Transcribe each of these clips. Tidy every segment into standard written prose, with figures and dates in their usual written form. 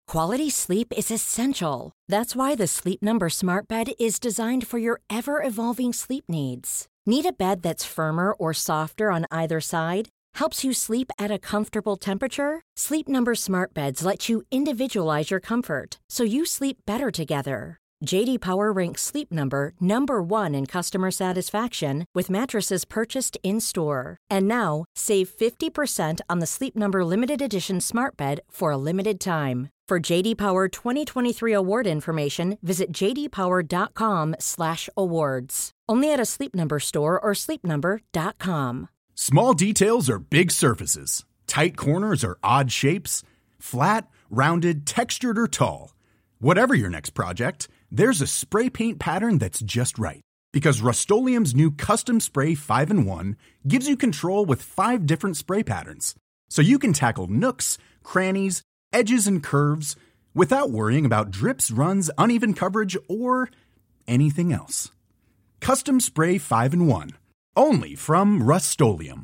Quality sleep is essential. That's why the Sleep Number Smart Bed is designed for your ever-evolving sleep needs. Need a bed that's firmer or softer on either side? Helps you sleep at a comfortable temperature? Sleep Number Smart Beds let you individualize your comfort, so you sleep better together. J.D. Power ranks Sleep Number number one in customer satisfaction with mattresses purchased in-store. And now, save 50% on the Sleep Number Limited Edition Smart Bed for a limited time. For J.D. Power 2023 award information, visit jdpower.com/awards. Only at a Sleep Number store or sleepnumber.com. Small details are big surfaces. Tight corners are odd shapes. Flat, rounded, textured, or tall. Whatever your next project, there's a spray paint pattern that's just right. Because Rust-Oleum's new Custom Spray 5-in-1 gives you control with 5 different spray patterns. So you can tackle nooks, crannies, edges, and curves without worrying about drips, runs, uneven coverage, or anything else. Custom Spray 5-in-1. Only from Rust-Oleum.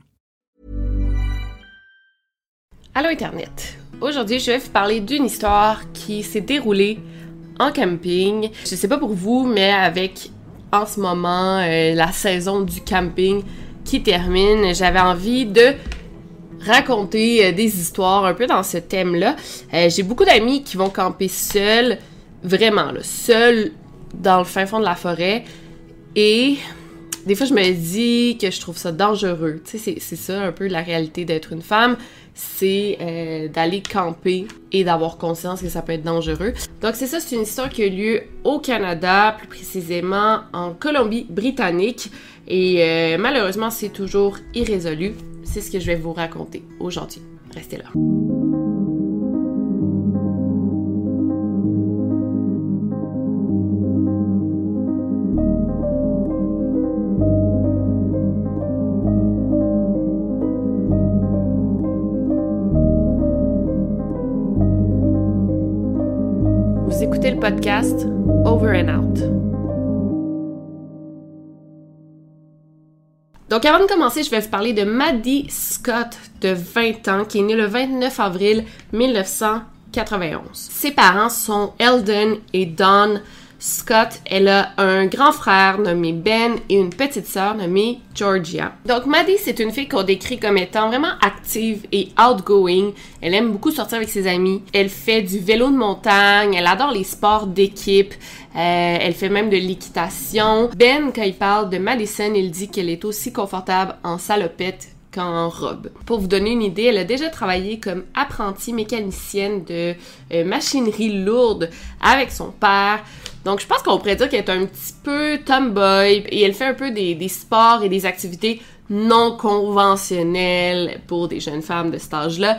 Allô Internet! Aujourd'hui, je vais vous parler d'une histoire qui s'est déroulée en camping. Je sais pas pour vous, mais avec en ce moment la saison du camping qui termine, j'avais envie de raconter des histoires un peu dans ce thème-là. J'ai beaucoup d'amis qui vont camper seuls, vraiment là, seuls dans le fin fond de la forêt, et des fois je me dis que je trouve ça dangereux. Tu sais, c'est ça un peu la réalité d'être une femme, c'est d'aller camper et d'avoir conscience que ça peut être dangereux. Donc c'est ça, c'est une histoire qui a lieu au Canada, plus précisément en Colombie-Britannique, et malheureusement c'est toujours irrésolu. C'est ce que je vais vous raconter aujourd'hui. Restez là. Vous écoutez le podcast Over and Out. Donc avant de commencer, je vais vous parler de Maddie Scott, de 20 ans, qui est née le 29 avril 1991. Ses parents sont Eldon et Dawn Scott. Elle a un grand frère nommé Ben et une petite sœur nommée Georgia. Donc Maddie, c'est une fille qu'on décrit comme étant vraiment active et outgoing. Elle aime beaucoup sortir avec ses amis. Elle fait du vélo de montagne. Elle adore les sports d'équipe. Elle fait même de l'équitation. Ben, quand il parle de Madison, il dit qu'elle est aussi confortable en salopette qu'en robe. Pour vous donner une idée, elle a déjà travaillé comme apprentie mécanicienne de machinerie lourde avec son père. Donc, je pense qu'on pourrait dire qu'elle est un petit peu tomboy et elle fait un peu des sports et des activités non conventionnelles pour des jeunes femmes de cet âge-là.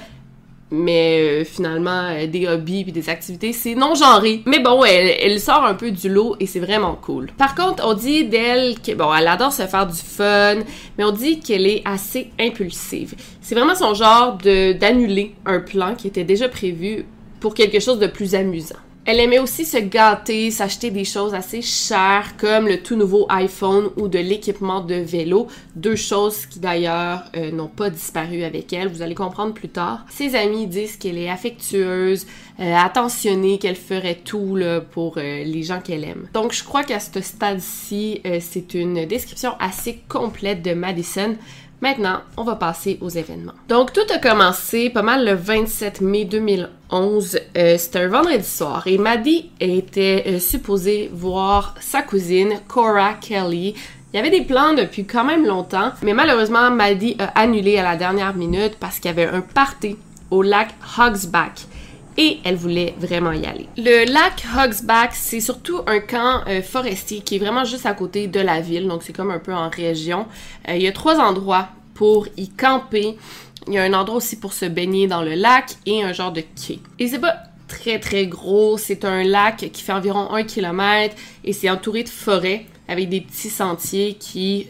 Mais finalement, des hobbies puis des activités, c'est non-genré. Mais bon, elle sort un peu du lot et c'est vraiment cool. Par contre, on dit d'elle que, bon, elle adore se faire du fun, mais on dit qu'elle est assez impulsive. C'est vraiment son genre d'annuler un plan qui était déjà prévu pour quelque chose de plus amusant. Elle aimait aussi se gâter, s'acheter des choses assez chères comme le tout nouveau iPhone ou de l'équipement de vélo. 2 choses qui d'ailleurs n'ont pas disparu avec elle, vous allez comprendre plus tard. Ses amis disent qu'elle est affectueuse, attentionnée, qu'elle ferait tout là, pour les gens qu'elle aime. Donc je crois qu'à ce stade-ci, c'est une description assez complète de Madison. Maintenant, on va passer aux événements. Donc, tout a commencé pas mal le 27 mai 2011. C'était un vendredi soir et Maddie était supposée voir sa cousine, Cora Kelly. Il y avait des plans depuis quand même longtemps, mais malheureusement, Maddie a annulé à la dernière minute parce qu'il y avait un party au lac Hogsback. Et elle voulait vraiment y aller. Le lac Hogsback, c'est surtout un camp forestier qui est vraiment juste à côté de la ville, donc c'est comme un peu en région. Il y a 3 endroits pour y camper. Il y a un endroit aussi pour se baigner dans le lac et un genre de quai. Et c'est pas très très gros, c'est un lac qui fait environ 1 km et c'est entouré de forêts avec des petits sentiers qui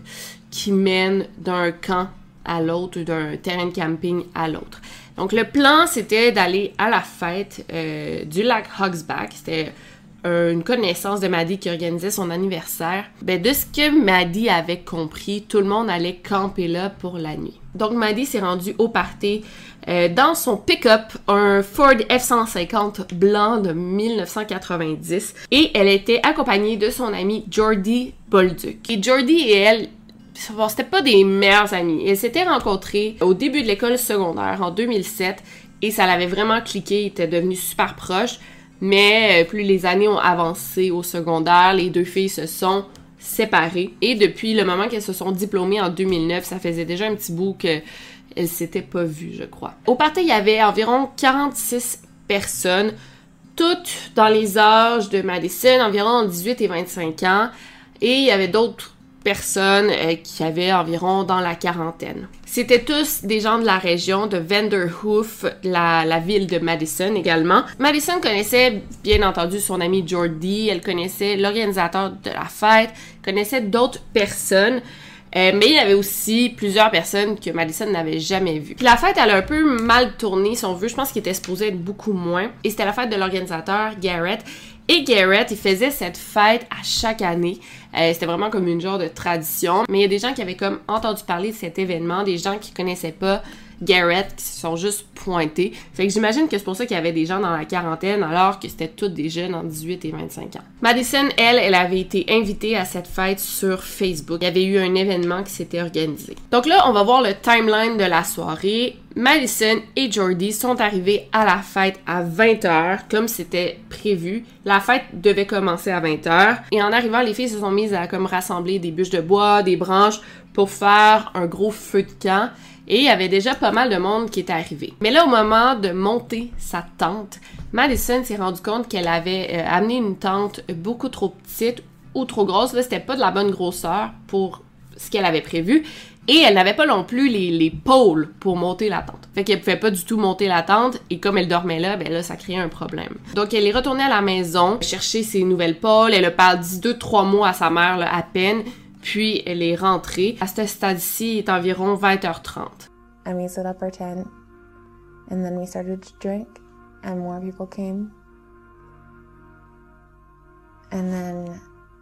mènent d'un camp à l'autre, d'un terrain de camping à l'autre. Donc, le plan, c'était d'aller à la fête du lac Hogsback. C'était une connaissance de Maddie qui organisait son anniversaire. Ben, de ce que Maddie avait compris, tout le monde allait camper là pour la nuit. Donc, Maddie s'est rendue au party dans son pick-up, un Ford F-150 blanc de 1990. Et elle était accompagnée de son amie Jordy Bolduc. Et Jordy et elle, bon, c'était pas des meilleures amies. Elles s'étaient rencontrées au début de l'école secondaire, en 2007, et ça l'avait vraiment cliqué, ils étaient devenus super proches. Mais plus les années ont avancé au secondaire, les deux filles se sont séparées. Et depuis le moment qu'elles se sont diplômées en 2009, ça faisait déjà un petit bout qu'elles s'étaient pas vues, je crois. Au party, il y avait environ 46 personnes, toutes dans les âges de Madison, environ 18 et 25 ans. Et il y avait d'autres personnes qui avaient environ dans la quarantaine. C'était tous des gens de la région de Vanderhoof, la ville de Madison également. Madison connaissait bien entendu son amie Jordy, elle connaissait l'organisateur de la fête, connaissait d'autres personnes, mais il y avait aussi plusieurs personnes que Madison n'avait jamais vues. Puis la fête, elle a un peu mal tourné, si on veut. Je pense qu'il était supposé être beaucoup moins. Et c'était la fête de l'organisateur, Garrett. Et Garrett, il faisait cette fête à chaque année. C'était vraiment comme une genre de tradition. Mais il y a des gens qui avaient comme entendu parler de cet événement, des gens qui connaissaient pas Garrett, qui se sont juste pointés. Fait que j'imagine que c'est pour ça qu'il y avait des gens dans la quarantaine, alors que c'était toutes des jeunes en 18 et 25 ans. Madison, elle avait été invitée à cette fête sur Facebook. Il y avait eu un événement qui s'était organisé. Donc là, on va voir le timeline de la soirée. Madison et Jordy sont arrivés à la fête à 20h, comme c'était prévu. La fête devait commencer à 20h. Et en arrivant, les filles se sont mises à comme rassembler des bûches de bois, des branches, pour faire un gros feu de camp. Et il y avait déjà pas mal de monde qui était arrivé. Mais là, au moment de monter sa tente, Madison s'est rendu compte qu'elle avait amené une tente beaucoup trop petite ou trop grosse. Là, c'était pas de la bonne grosseur pour ce qu'elle avait prévu. Et elle n'avait pas non plus les pôles pour monter la tente. Fait qu'elle pouvait pas du tout monter la tente. Et comme elle dormait là, ben là, ça créait un problème. Donc, elle est retournée à la maison, chercher ses nouvelles pôles. Elle a dit 2-3 mots à sa mère, là, à peine. Puis, elle est rentrée. À ce stade-ci, il est environ 20h30. And we set up our tent. And then we started to drink. And more people came. And then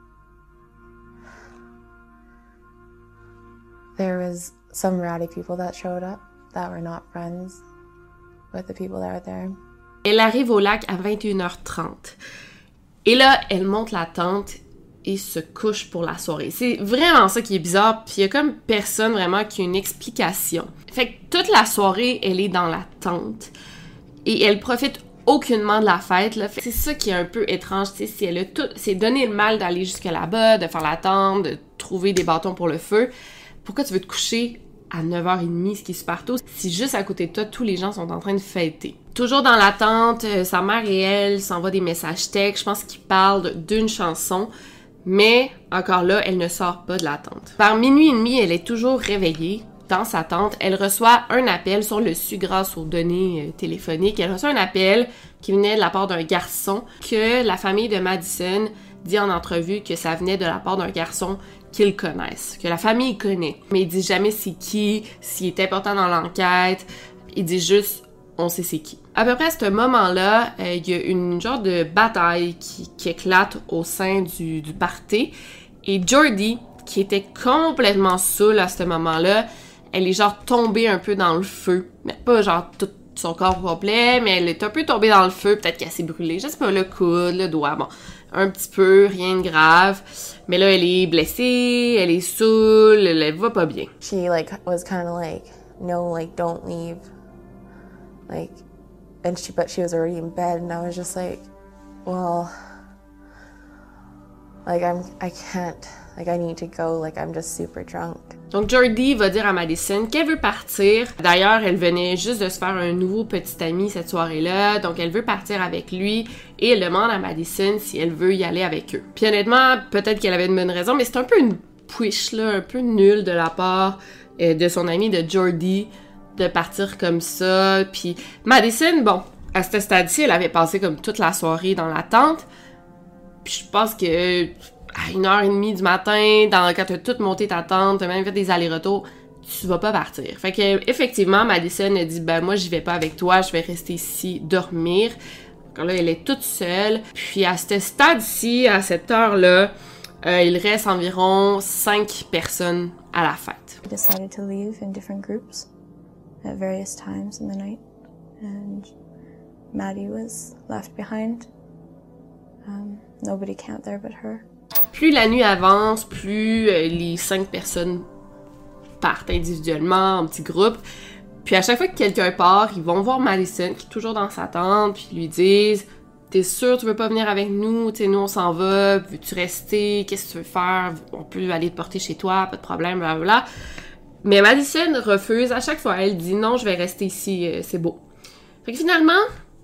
there was some rowdy people that showed up that were not friends with the people that were there. Elle arrive au lac à 21h30. Et là, elle monte la tente et se couche pour la soirée. C'est vraiment ça qui est bizarre, puis il y a comme personne vraiment qui a une explication. Fait que toute la soirée, elle est dans la tente et elle profite aucunement de la fête, là. C'est ça qui est un peu étrange, tu sais, si elle a s'est donné le mal d'aller jusque là-bas, de faire la tente, de trouver des bâtons pour le feu. Pourquoi tu veux te coucher à 9h30, ce qui est super tôt, si juste à côté de toi, tous les gens sont en train de fêter? Toujours dans la tente, sa mère et elle s'envoient des messages textes, je pense qu'ils parlent d'une chanson. Mais, encore là, elle ne sort pas de la tente. Vers minuit et demi, elle est toujours réveillée dans sa tente. Elle reçoit un appel sur le su grâce aux données téléphoniques. Elle reçoit un appel qui venait de la part d'un garçon que la famille de Madison dit en entrevue que ça venait de la part d'un garçon qu'ils connaissent, que la famille connaît. Mais il dit jamais c'est qui, s'il est important dans l'enquête. Il dit juste on sait c'est qui. À peu près à ce moment-là, il y a une genre de bataille qui éclate au sein du party. Et Jordy, qui était complètement saoule à ce moment-là, elle est genre tombée un peu dans le feu. Mais pas genre tout son corps complet, mais elle est un peu tombée dans le feu. Peut-être qu'elle s'est brûlée. Je sais pas, le coude, le doigt, bon. Un petit peu, rien de grave. Mais là, elle est blessée, elle est saoule, elle va pas bien. She was kind of no, don't leave. But she was already in bed, and I was just well, I can't, I need to go, I'm just super drunk. Donc Jordy va dire à Madison qu'elle veut partir. D'ailleurs, elle venait juste de se faire un nouveau petit ami cette soirée-là, donc elle veut partir avec lui, et elle demande à Madison si elle veut y aller avec eux. Puis honnêtement, peut-être qu'elle avait une bonne raison, mais c'est un peu une push, là, un peu nulle de la part de son ami de Jordy, de partir comme ça. Puis Madison, bon, à ce stade-ci, elle avait passé comme toute la soirée dans la tente. Puis je pense que à 1h30 du matin, quand t'as tout monté ta tente, t'as même fait des allers-retours, tu vas pas partir. Fait que effectivement, Madison a dit moi j'y vais pas avec toi, je vais rester ici dormir. Alors là, elle est toute seule. Puis à ce stade-ci, à cette heure-là, il reste environ 5 personnes à la fête. We decided to leave in different groups at various times in the night, and Maddie was left behind. Nobody camped there but her. Plus la nuit avance, plus les 5 personnes partent individuellement, en petits groupes. Puis à chaque fois que quelqu'un part, ils vont voir Madison, qui est toujours dans sa tente, puis lui disent « T'es sûr tu veux pas venir avec nous? T'sais, nous on s'en va, veux-tu rester? Qu'est-ce que tu veux faire? On peut aller te porter chez toi, pas de problème, blablabla. » Mais Madison refuse à chaque fois. Elle dit « Non, je vais rester ici, c'est beau. » Fait que finalement,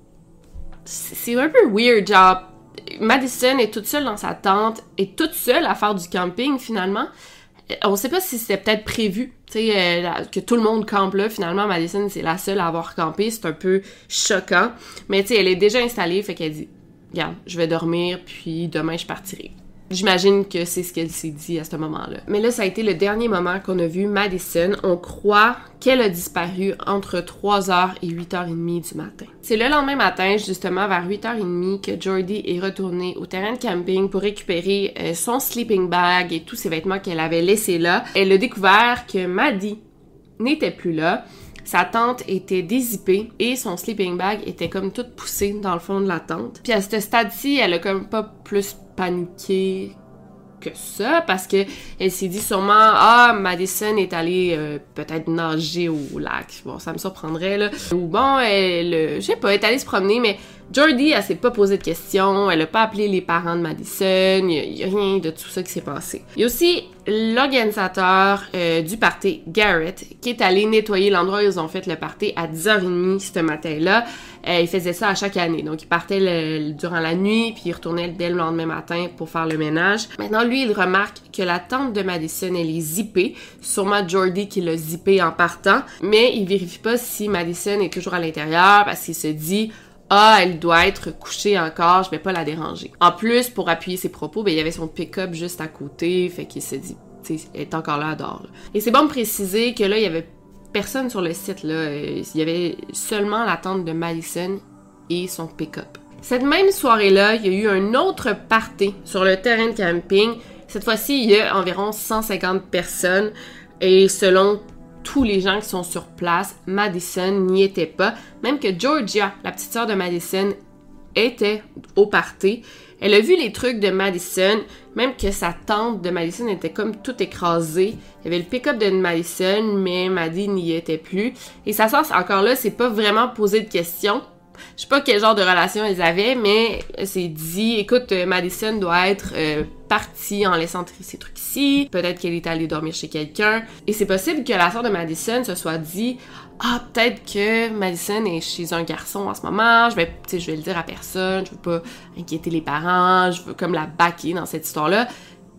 c'est un peu weird, genre... Madison est toute seule dans sa tente, est toute seule à faire du camping, finalement. On sait pas si c'était peut-être prévu, tu sais, que tout le monde campe là. Finalement, Madison, c'est la seule à avoir campé. C'est un peu choquant. Mais tu sais, elle est déjà installée, fait qu'elle dit « Regarde, je vais dormir, puis demain, je partirai. » J'imagine que c'est ce qu'elle s'est dit à ce moment-là. Mais là, ça a été le dernier moment qu'on a vu Madison. On croit qu'elle a disparu entre 3h et 8h30 du matin. C'est le lendemain matin, justement vers 8h30, que Jordy est retournée au terrain de camping pour récupérer son sleeping bag et tous ses vêtements qu'elle avait laissés là. Elle a découvert que Maddie n'était plus là. Sa tente était dézippée et son sleeping bag était comme toute poussée dans le fond de la tente. Puis à ce stade-ci, elle a comme pas plus paniqué que ça, parce que elle s'est dit sûrement « Ah, Madison est allée peut-être nager au lac. » Bon, ça me surprendrait, là. Ou bon, je sais pas, elle est allée se promener, mais Jordy, elle s'est pas posé de questions, elle a pas appelé les parents de Madison, il y a rien de tout ça qui s'est passé. Il y a aussi l'organisateur du party, Garrett, qui est allé nettoyer l'endroit où ils ont fait le party à 10h30 ce matin-là. Il faisait ça à chaque année. Donc, il partait durant la nuit, puis il retournait dès le lendemain matin pour faire le ménage. Maintenant, lui, il remarque que la tente de Madison, elle est zippée. Sûrement Jordy qui l'a zippée en partant. Mais il vérifie pas si Madison est toujours à l'intérieur, parce qu'il se dit « Ah, elle doit être couchée encore, je vais pas la déranger. » En plus, pour appuyer ses propos, ben, il y avait son pick-up juste à côté, fait qu'il se dit tu sais, elle est encore là, elle dort. Là. Et c'est bon de préciser que là, il y avait personne sur le site, là. Il y avait seulement la tente de Madison et son pick-up. Cette même soirée-là, il y a eu un autre party sur le terrain de camping. Cette fois-ci, il y a environ 150 personnes. Et selon tous les gens qui sont sur place, Madison n'y était pas. Même que Georgia, la petite sœur de Madison, était au party. Elle a vu les trucs de Madison, même que sa tente de Madison était comme tout écrasée. Il y avait le pick-up de Madison, mais Maddie n'y était plus. Et sa sœur, encore là, c'est pas vraiment posé de questions. Je sais pas quel genre de relation elles avaient, mais elle s'est dit, écoute, Madison doit être partie en laissant ses trucs ici. Peut-être qu'elle est allée dormir chez quelqu'un. Et c'est possible que la sœur de Madison se soit dit, ah, peut-être que Madison est chez un garçon en ce moment, je vais le dire à personne, je veux pas inquiéter les parents, je veux comme la backer dans cette histoire-là.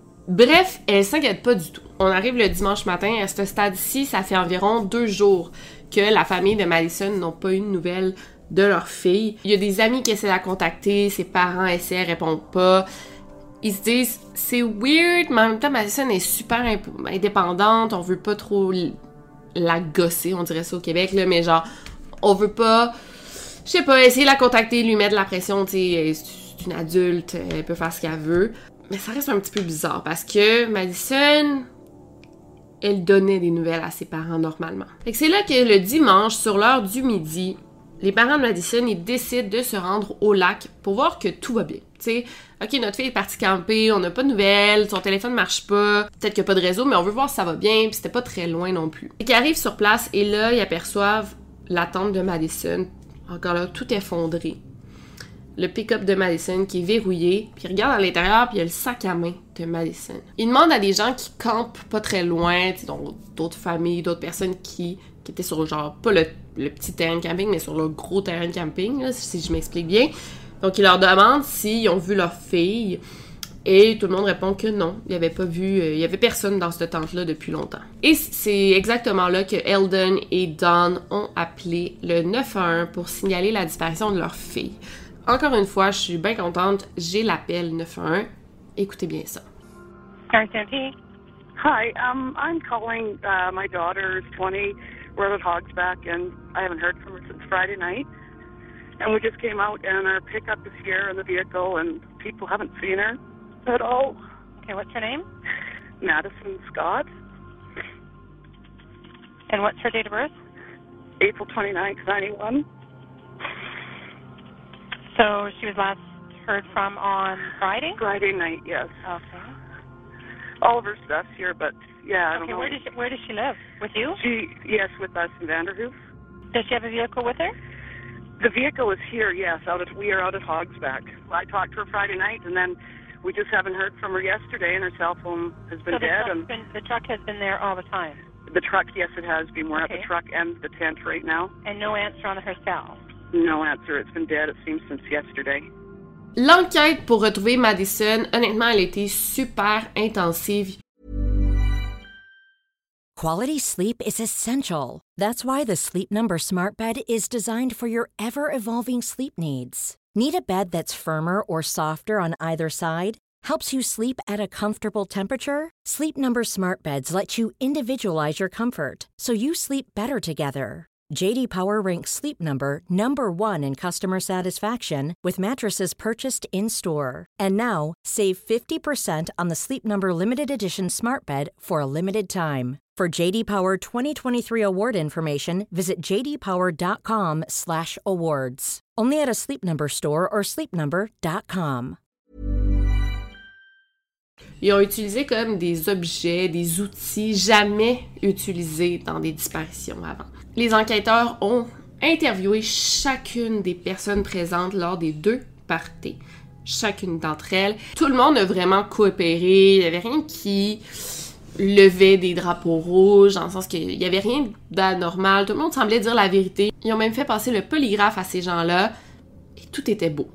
Bref, elle s'inquiète pas du tout. On arrive le dimanche matin, à ce stade-ci, ça fait environ 2 jours que la famille de Madison n'ont pas eu de nouvelles de leur fille. Il y a des amis qui essaient de la contacter, ses parents essaient, répondent pas. Ils se disent, c'est weird, mais en même temps, Madison est super indépendante, on veut pas trop la gosser, on dirait ça au Québec, là, mais genre, on veut pas, je sais pas, essayer de la contacter, lui mettre de la pression, tu sais, c'est une adulte, elle peut faire ce qu'elle veut. Mais ça reste un petit peu bizarre, parce que Madison, elle donnait des nouvelles à ses parents normalement. Fait que c'est là que le dimanche, sur l'heure du midi, les parents de Madison, ils décident de se rendre au lac pour voir que tout va bien. Tu sais, OK, notre fille est partie camper, on n'a pas de nouvelles, son téléphone marche pas, peut-être qu'il n'y a pas de réseau, mais on veut voir si ça va bien, puis c'était pas très loin non plus. Ils arrivent sur place et là, ils aperçoivent la tente de Madison, encore là, tout effondré. Le pick-up de Madison qui est verrouillé, puis ils regardent à l'intérieur, puis il y a le sac à main de Madison. Ils demandent à des gens qui campent pas très loin, tu sais, donc d'autres familles, d'autres personnes qui étaient sur genre, pas le petit terrain de camping, mais sur le gros terrain de camping, là, si je m'explique bien. Donc, ils leur demandent s'ils ont vu leur fille, et tout le monde répond que non, il y avait personne dans cette tente-là depuis longtemps. Et c'est exactement là que Eldon et Dawn ont appelé le 911 pour signaler la disparition de leur fille. Encore une fois, je suis bien contente, j'ai l'appel 911. Écoutez bien ça. Hi, I'm calling. My daughter is 20. We're at Hogsback, and I haven't heard from her since Friday night. And we just came out, and our pickup is here in the vehicle, and people haven't seen her at all. Okay, what's her name? Madison Scott, And what's her date of birth? April 29th, 91. So she was last heard from on Friday? Friday night, yes. Okay. All of her stuff's here, but yeah, I don't Okay, know. where does she live? With you? Yes, with us in Vanderhoof. Does she have a vehicle with her? The vehicle is here, yes. We are out at Hogsback. I talked to her Friday night, and then we just haven't heard from her yesterday, and her cell phone has been dead. The truck has been there all the time? The truck, yes, it has been. We're at the Okay. truck and the tent right now. And no answer on her cell? No answer. It's been dead, it seems, since yesterday. L'enquête pour retrouver Madison, honnêtement, elle a été super intensive. Quality sleep is essential. That's why the Sleep Number Smart Bed is designed for your ever-evolving sleep needs. Need a bed that's firmer or softer on either side? Helps you sleep at a comfortable temperature? Sleep Number Smart Beds let you individualize your comfort, so you sleep better together. J.D. Power ranks Sleep Number number 1 in customer satisfaction with mattresses purchased in-store. And now, save 50% on the Sleep Number Limited Edition Smart Bed for a limited time. For J.D. Power 2023 award information, visit jdpower.com/awards. Only at a Sleep Number store or sleepnumber.com. Ils ont utilisé comme des objets, des outils jamais utilisés dans des disparitions avant. Les enquêteurs ont interviewé chacune des personnes présentes lors des 2 parties. Chacune d'entre elles. Tout le monde a vraiment coopéré. Il n'y avait rien qui levait des drapeaux rouges, dans le sens qu'il n'y avait rien d'anormal. Tout le monde semblait dire la vérité. Ils ont même fait passer le polygraphe à ces gens-là et tout était beau.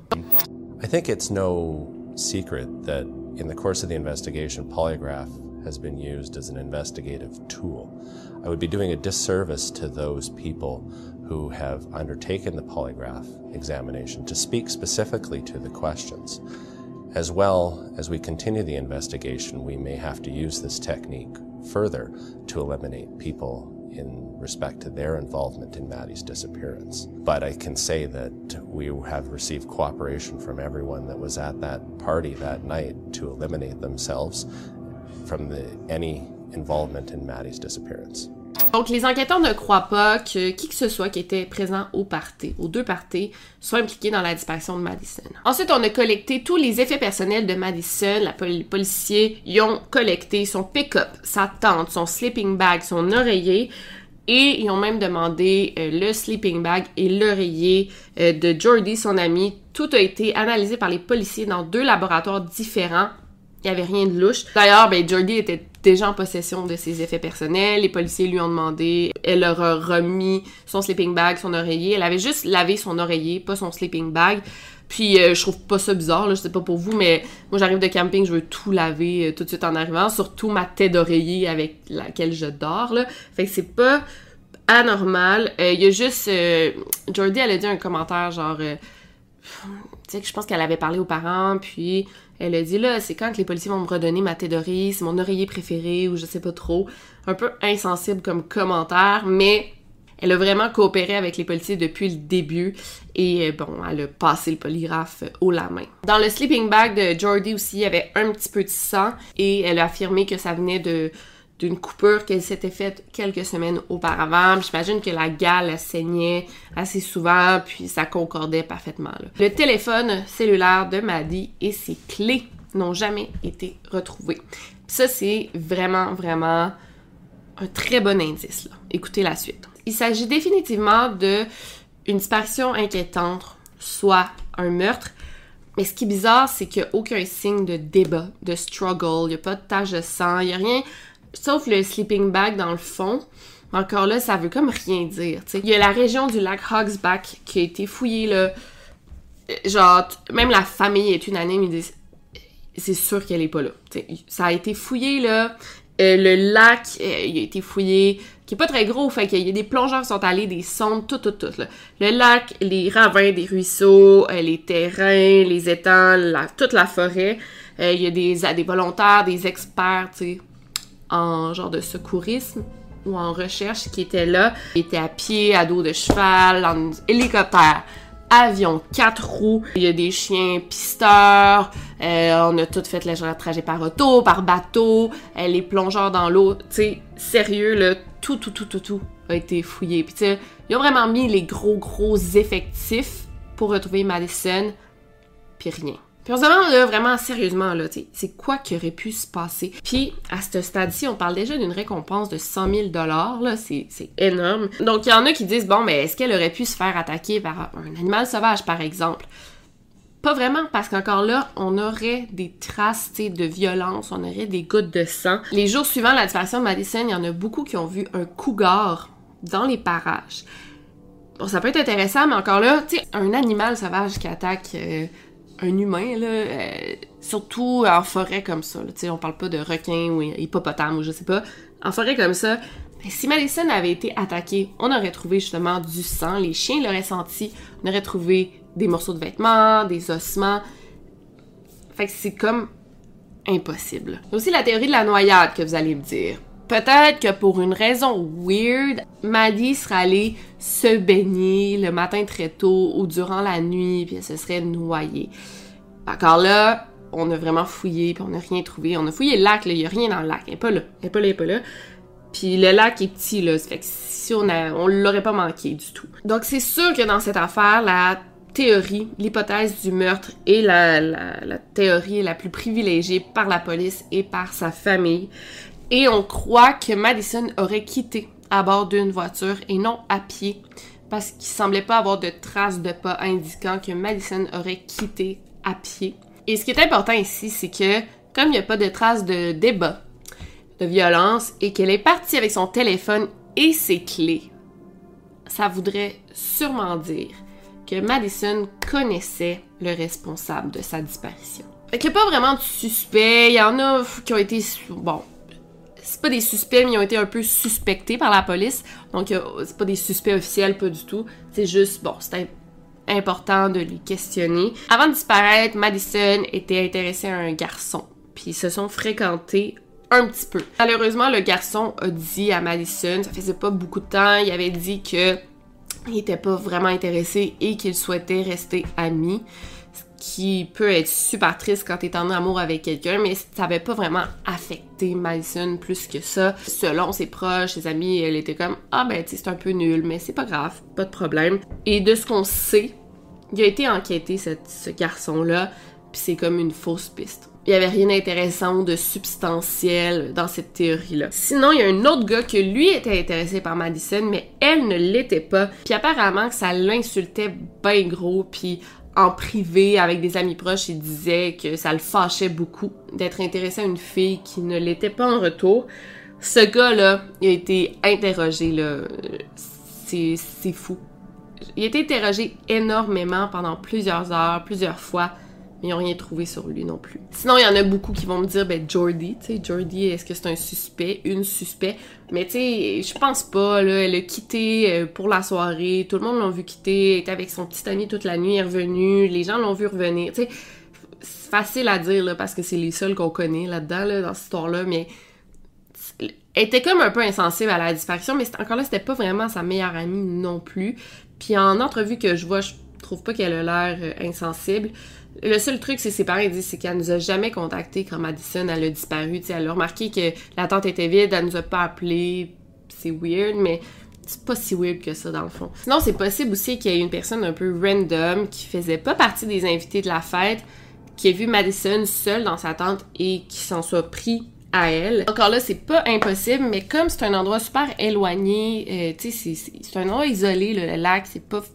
I think it's no secret that in the course of the investigation, polygraph has been used as an investigative tool. I would be doing a disservice to those people who have undertaken the polygraph examination to speak specifically to the questions. As well as we continue the investigation, we may have to use this technique further to eliminate people in respect to their involvement in Maddie's disappearance. But I can say that we have received cooperation from everyone that was at that party that night to eliminate themselves from any involvement in Maddie's disappearance. Donc, les enquêteurs ne croient pas que qui que ce soit qui était présent au party, aux 2 parties, soit impliqué dans la disparition de Madison. Ensuite, on a collecté tous les effets personnels de Madison. Les policiers y ont collecté son pick-up, sa tente, son sleeping bag, son oreiller. Et ils ont même demandé le sleeping bag et l'oreiller de Jordy, son ami. Tout a été analysé par les policiers dans 2 laboratoires différents. Il n'y avait rien de louche. D'ailleurs, Jordy était déjà en possession de ses effets personnels. Les policiers lui ont demandé. Elle leur a remis son sleeping bag, son oreiller. Elle avait juste lavé son oreiller, pas son sleeping bag. Puis, je trouve pas ça bizarre, là, je sais pas pour vous, mais moi, j'arrive de camping, je veux tout laver tout de suite en arrivant. Surtout ma tête d'oreiller avec laquelle je dors, là. Fait que c'est pas anormal. Il y a juste... Jordy, elle a dit un commentaire genre... tu sais, que je pense qu'elle avait parlé aux parents, puis... Elle a dit, là, c'est quand que les policiers vont me redonner ma tête d'oreiller, c'est mon oreiller préféré, ou je sais pas trop. Un peu insensible comme commentaire, mais elle a vraiment coopéré avec les policiers depuis le début. Et bon, elle a passé le polygraphe haut la main. Dans le sleeping bag de Jordy aussi, il y avait un petit peu de sang, et elle a affirmé que ça venait d'une coupure qu'elle s'était faite quelques semaines auparavant. Puis j'imagine que la gale elle saignait assez souvent, puis ça concordait parfaitement. Là. Le téléphone cellulaire de Maddie et ses clés n'ont jamais été retrouvés. Puis ça, c'est vraiment, vraiment un très bon indice. Là. Écoutez la suite. Il s'agit définitivement d'une disparition inquiétante, soit un meurtre. Mais ce qui est bizarre, c'est qu'il n'y a aucun signe de débat, de struggle, il n'y a pas de tache de sang, il n'y a rien... Sauf le sleeping bag dans le fond. Encore là, ça veut comme rien dire, tu sais. Il y a la région du lac Hogsback qui a été fouillée, là. Genre, même la famille est unanime, ils disent... C'est sûr qu'elle est pas là. T'sais, ça a été fouillé, là. Le lac, il a été fouillé, qui est pas très gros, fait qu'il y a des plongeurs qui sont allés, des sondes, tout, là. Le lac, les ravins des ruisseaux, les terrains, les étangs, toute la forêt. Il y a des volontaires, des experts, tu sais, en genre de secourisme ou en recherche qui étaient là. Ils étaient à pied, à dos de cheval, en hélicoptère. avion 4 roues, il y a des chiens pisteurs, on a tout fait le trajet par auto, par bateau, les plongeurs dans l'eau, tu sais, sérieux, là, tout a été fouillé. Puis tu sais, ils ont vraiment mis les gros effectifs pour retrouver Madison, puis rien. Puis on se demande là, vraiment sérieusement, là, tu sais, c'est quoi qui aurait pu se passer? Puis à ce stade-ci, on parle déjà d'une récompense de 100 000 $, là, c'est énorme. Donc il y en a qui disent, bon, mais est-ce qu'elle aurait pu se faire attaquer par un animal sauvage, par exemple? Pas vraiment, parce qu'encore là, on aurait des traces, tu sais, de violence, on aurait des gouttes de sang. Les jours suivant la disparition de Madison, il y en a beaucoup qui ont vu un cougar dans les parages. Bon, ça peut être intéressant, mais encore là, tu sais, un animal sauvage qui attaque un humain, là, surtout en forêt comme ça, tu sais, on parle pas de requin ou hippopotame ou je sais pas, en forêt comme ça, ben, si Madison avait été attaquée, on aurait trouvé justement du sang, les chiens l'auraient senti, on aurait trouvé des morceaux de vêtements, des ossements, fait que c'est comme impossible. Il y a aussi la théorie de la noyade que vous allez me dire. Peut-être que pour une raison weird, Maddie serait allée se baigner le matin très tôt ou durant la nuit, puis elle se serait noyée. Encore là, on a vraiment fouillé, puis on n'a rien trouvé. On a fouillé le lac, là, il n'y a rien dans le lac. Elle est pas là. Puis le lac est petit, là, ça fait que si on l'aurait pas manqué du tout. Donc c'est sûr que dans cette affaire, la théorie, l'hypothèse du meurtre est la théorie la plus privilégiée par la police et par sa famille. Et on croit que Madison aurait quitté à bord d'une voiture et non à pied, parce qu'il semblait pas avoir de traces de pas indiquant que Madison aurait quitté à pied. Et ce qui est important ici, c'est que, comme il n'y a pas de traces de débat, de violence, et qu'elle est partie avec son téléphone et ses clés, ça voudrait sûrement dire que Madison connaissait le responsable de sa disparition. Fait qu'il n'y a pas vraiment de suspects, il y en a qui ont été... Bon, c'est pas des suspects, mais ils ont été un peu suspectés par la police. Donc, c'est pas des suspects officiels, pas du tout. C'est juste, bon, c'était important de les questionner. Avant de disparaître, Madison était intéressée à un garçon. Puis ils se sont fréquentés un petit peu. Malheureusement, le garçon a dit à Madison, ça faisait pas beaucoup de temps, il avait dit que il était pas vraiment intéressé et qu'il souhaitait rester amis. Qui peut être super triste quand t'es en amour avec quelqu'un, mais ça avait pas vraiment affecté Madison plus que ça. Selon ses proches, ses amis, elle était comme « Ah ben, tu sais, c'est un peu nul, mais c'est pas grave, pas de problème. » Et de ce qu'on sait, il a été enquêté, ce garçon-là, puis c'est comme une fausse piste. Il y avait rien d'intéressant ou de substantiel dans cette théorie-là. Sinon, il y a un autre gars que lui était intéressé par Madison, mais elle ne l'était pas. Puis apparemment que ça l'insultait ben gros, puis en privé, avec des amis proches, il disait que ça le fâchait beaucoup d'être intéressé à une fille qui ne l'était pas en retour. Ce gars-là, il a été interrogé, là, c'est fou. Il a été interrogé énormément pendant plusieurs heures, plusieurs fois, mais ils n'ont rien trouvé sur lui non plus. Sinon, il y en a beaucoup qui vont me dire, ben Jordy, tu sais, Jordy, est-ce que c'est un suspect, une suspect? Mais tu sais, je pense pas, là, elle a quitté pour la soirée, tout le monde l'a vu quitter, elle était avec son petit ami toute la nuit, elle est revenue, les gens l'ont vu revenir, tu sais, c'est facile à dire, là, parce que c'est les seuls qu'on connaît là-dedans, là, dans cette histoire-là, mais elle était comme un peu insensible à la disparition, mais encore là, c'était pas vraiment sa meilleure amie non plus. Puis en entrevue que je vois, je trouve pas qu'elle a l'air insensible. Le seul truc, c'est ses parents disent, c'est qu'elle nous a jamais contacté quand Madison, elle a disparu. T'sais, elle a remarqué que la tente était vide, elle nous a pas appelé. C'est weird, mais c'est pas si weird que ça, dans le fond. Sinon, c'est possible aussi qu'il y ait une personne un peu random qui faisait pas partie des invités de la fête, qui a vu Madison seule dans sa tente et qui s'en soit pris à elle. Encore là, c'est pas impossible, mais comme c'est un endroit super éloigné, tu sais, c'est un endroit isolé, là, le lac, c'est pas...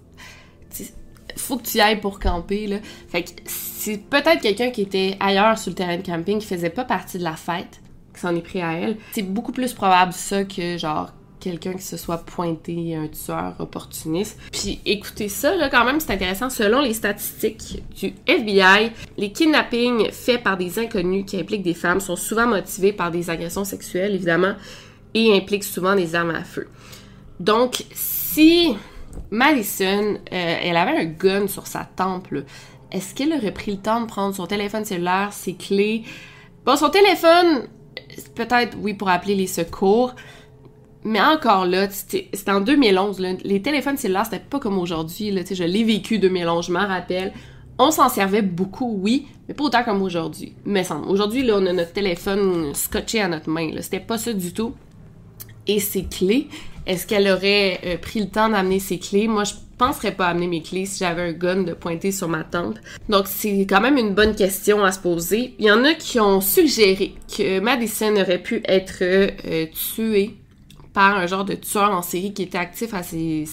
Faut que tu y ailles pour camper, là. Fait que c'est peut-être quelqu'un qui était ailleurs sur le terrain de camping, qui faisait pas partie de la fête, qui s'en est pris à elle. C'est beaucoup plus probable ça que, genre, quelqu'un qui se soit pointé, un tueur opportuniste. Puis écoutez ça, là, quand même, c'est intéressant. Selon les statistiques du FBI, les kidnappings faits par des inconnus qui impliquent des femmes sont souvent motivés par des agressions sexuelles, évidemment, et impliquent souvent des armes à feu. Donc, si Madison, elle avait un gun sur sa tempe, là, est-ce qu'elle aurait pris le temps de prendre son téléphone cellulaire, ses clés? Bon, son téléphone, peut-être, oui, pour appeler les secours, Mais encore là, c'était en 2011, là, les téléphones cellulaires, c'était pas comme aujourd'hui, là, je l'ai vécu 2011, je m'en rappelle. On s'en servait beaucoup, oui, mais pas autant comme aujourd'hui. Mais aujourd'hui, là, on a notre téléphone scotché à notre main, là. C'était pas ça du tout. Et ses clés, est-ce qu'elle aurait pris le temps d'amener ses clés? Moi, je penserais pas amener mes clés si j'avais un gun de pointer sur ma tente. Donc, c'est quand même une bonne question à se poser. Il y en a qui ont suggéré que Madison aurait pu être tuée par un genre de tueur en série qui était actif à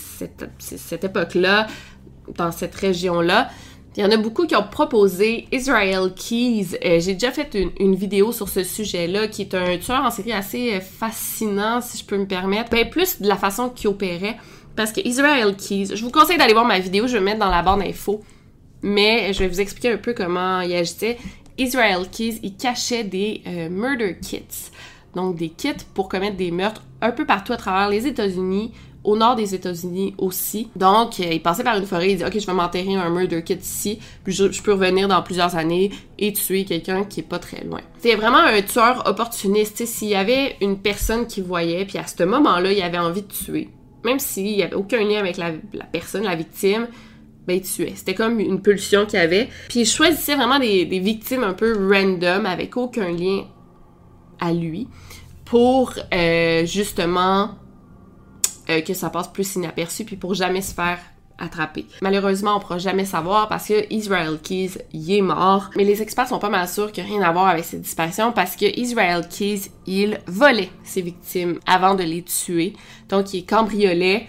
cette époque-là, dans cette région-là. Il y en a beaucoup qui ont proposé Israel Keys. J'ai déjà fait une vidéo sur ce sujet-là, qui est un tueur en série assez fascinant, si je peux me permettre. Ben, plus de la façon qu'il opérait. Parce que Israel Keys, je vous conseille d'aller voir ma vidéo, je vais mettre dans la barre d'infos. Mais je vais vous expliquer un peu comment il agissait. Israel Keys, il cachait des murder kits. Donc des kits pour commettre des meurtres un peu partout à travers les États-Unis, au nord des États-Unis aussi. Donc, il passait par une forêt, il dit « Ok, je vais m'enterrer un murder kit ici, puis je peux revenir dans plusieurs années et tuer quelqu'un qui est pas très loin. » C'était vraiment un tueur opportuniste. S'il y avait une personne qui voyait, puis à ce moment-là, il avait envie de tuer, même s'il y avait aucun lien avec la personne, la victime, ben il tuait. C'était comme une pulsion qu'il avait. Puis il choisissait vraiment des victimes un peu random, avec aucun lien à lui, pour justement... que ça passe plus inaperçu, puis pour jamais se faire attraper. Malheureusement, on pourra jamais savoir parce que Israel Keys, il est mort. Mais les experts sont pas mal sûrs qu'il n'y a rien à voir avec cette disparition parce que Israel Keys, il volait ses victimes avant de les tuer. Donc, il cambriolait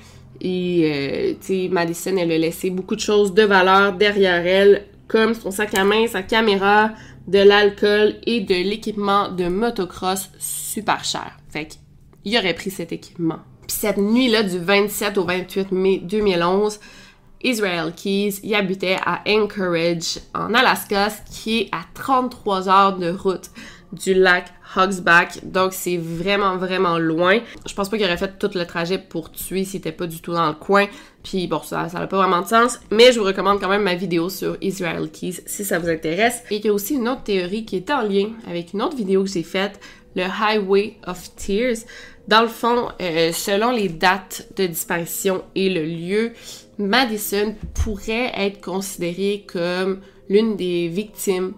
et, tu sais, Madison, elle a laissé beaucoup de choses de valeur derrière elle, comme son sac à main, sa caméra, de l'alcool et de l'équipement de motocross super cher. Fait qu'il aurait pris cet équipement. Puis cette nuit-là, du 27 au 28 mai 2011, Israel Keys, il habitait à Anchorage, en Alaska, ce qui est à 33 heures de route du lac Hogsback. Donc, c'est vraiment, vraiment loin. Je pense pas qu'il aurait fait tout le trajet pour tuer s'il était pas du tout dans le coin. Puis bon, ça n'a pas vraiment de sens. Mais je vous recommande quand même ma vidéo sur Israel Keys si ça vous intéresse. Et il y a aussi une autre théorie qui est en lien avec une autre vidéo que j'ai faite, le Highway of Tears. Dans le fond, selon les dates de disparition et le lieu, Madison pourrait être considérée comme l'une des victimes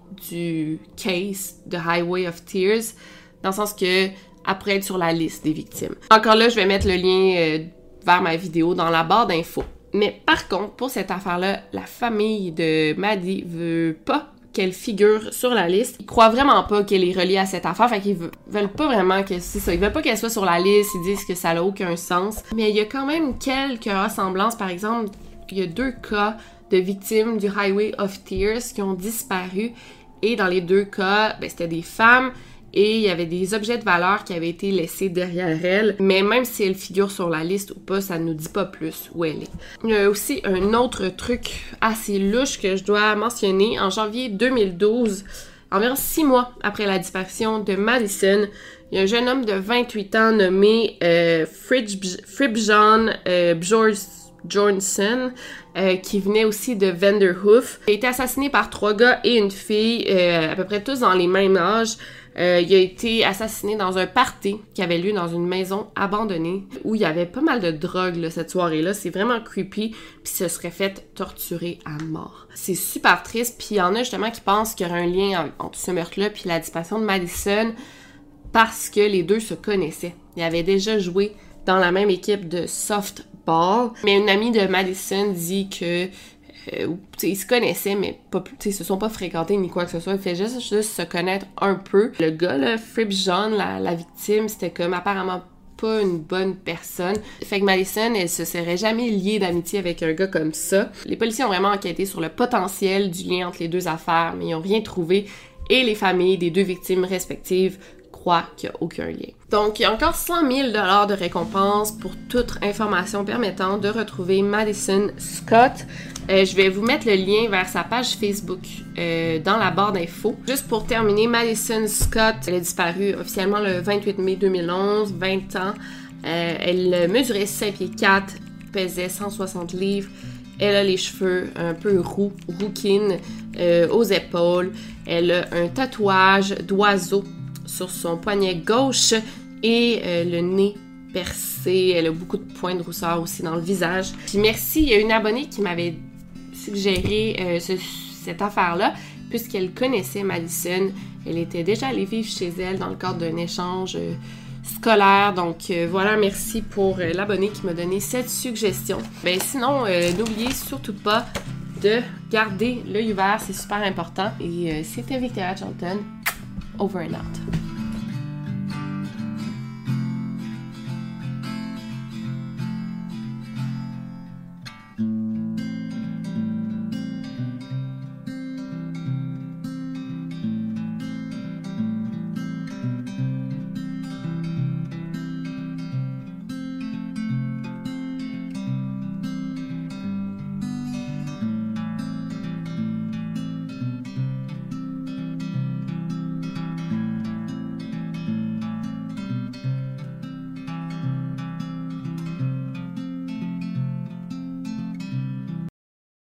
du case de Highway of Tears, dans le sens que elle pourrait être sur la liste des victimes. Encore là, je vais mettre le lien vers ma vidéo dans la barre d'infos. Mais par contre, pour cette affaire-là, la famille de Maddie veut pas qu'elle figure sur la liste. Ils croient vraiment pas qu'elle est reliée à cette affaire, fait qu'ils veulent pas vraiment que c'est ça. Ils veulent pas qu'elle soit sur la liste, ils disent que ça n'a aucun sens. Mais il y a quand même quelques ressemblances. Par exemple, il y a 2 cas de victimes du Highway of Tears qui ont disparu. Et dans les 2 cas, ben, c'était des femmes et il y avait des objets de valeur qui avaient été laissés derrière elle. Mais même si elle figure sur la liste ou pas, ça ne nous dit pas plus où elle est. Il y a aussi un autre truc assez louche que je dois mentionner. En janvier 2012, environ 6 mois après la disparition de Madison, il y a un jeune homme de 28 ans nommé Fribjon Bjornsson, qui venait aussi de Vanderhoof. Il a été assassiné par 3 gars et une fille, à peu près tous dans les mêmes âges. Il a été assassiné dans un party qui avait lieu dans une maison abandonnée où il y avait pas mal de drogue là, cette soirée-là. C'est vraiment creepy, puis se serait fait torturer à mort. C'est super triste, puis il y en a justement qui pensent qu'il y aurait un lien entre ce meurtre-là puis la disparition de Madison parce que les deux se connaissaient. Ils avaient déjà joué dans la même équipe de softball. Mais une amie de Madison dit que ils se connaissaient, mais pas, ils se sont pas fréquentés ni quoi que ce soit. Ils fait juste se connaître un peu. Le gars, là, Fribjon, la victime, c'était comme apparemment pas une bonne personne. Fait que Madison, elle se serait jamais liée d'amitié avec un gars comme ça. Les policiers ont vraiment enquêté sur le potentiel du lien entre les 2 affaires, mais ils ont rien trouvé. Et les familles des 2 victimes respectives croient qu'il n'y a aucun lien. Donc, il y a encore 100 000 $ de récompense pour toute information permettant de retrouver Madison Scott. Je vais vous mettre le lien vers sa page Facebook dans la barre d'infos. Juste pour terminer, Madison Scott, elle a disparu officiellement le 28 mai 2011, 20 ans. Elle mesurait 5 pieds 4, pesait 160 livres. Elle a les cheveux un peu rouquines aux épaules. Elle a un tatouage d'oiseau sur son poignet gauche et le nez percée, elle a beaucoup de points de rousseur aussi dans le visage. Puis merci, il y a une abonnée qui m'avait suggéré cette affaire-là, puisqu'elle connaissait Madison. Elle était déjà allée vivre chez elle dans le cadre d'un échange scolaire. Donc voilà, merci pour l'abonné qui m'a donné cette suggestion. Ben sinon, n'oubliez surtout pas de garder l'œil ouvert, c'est super important. Et c'était Victoria Charlton, over and out.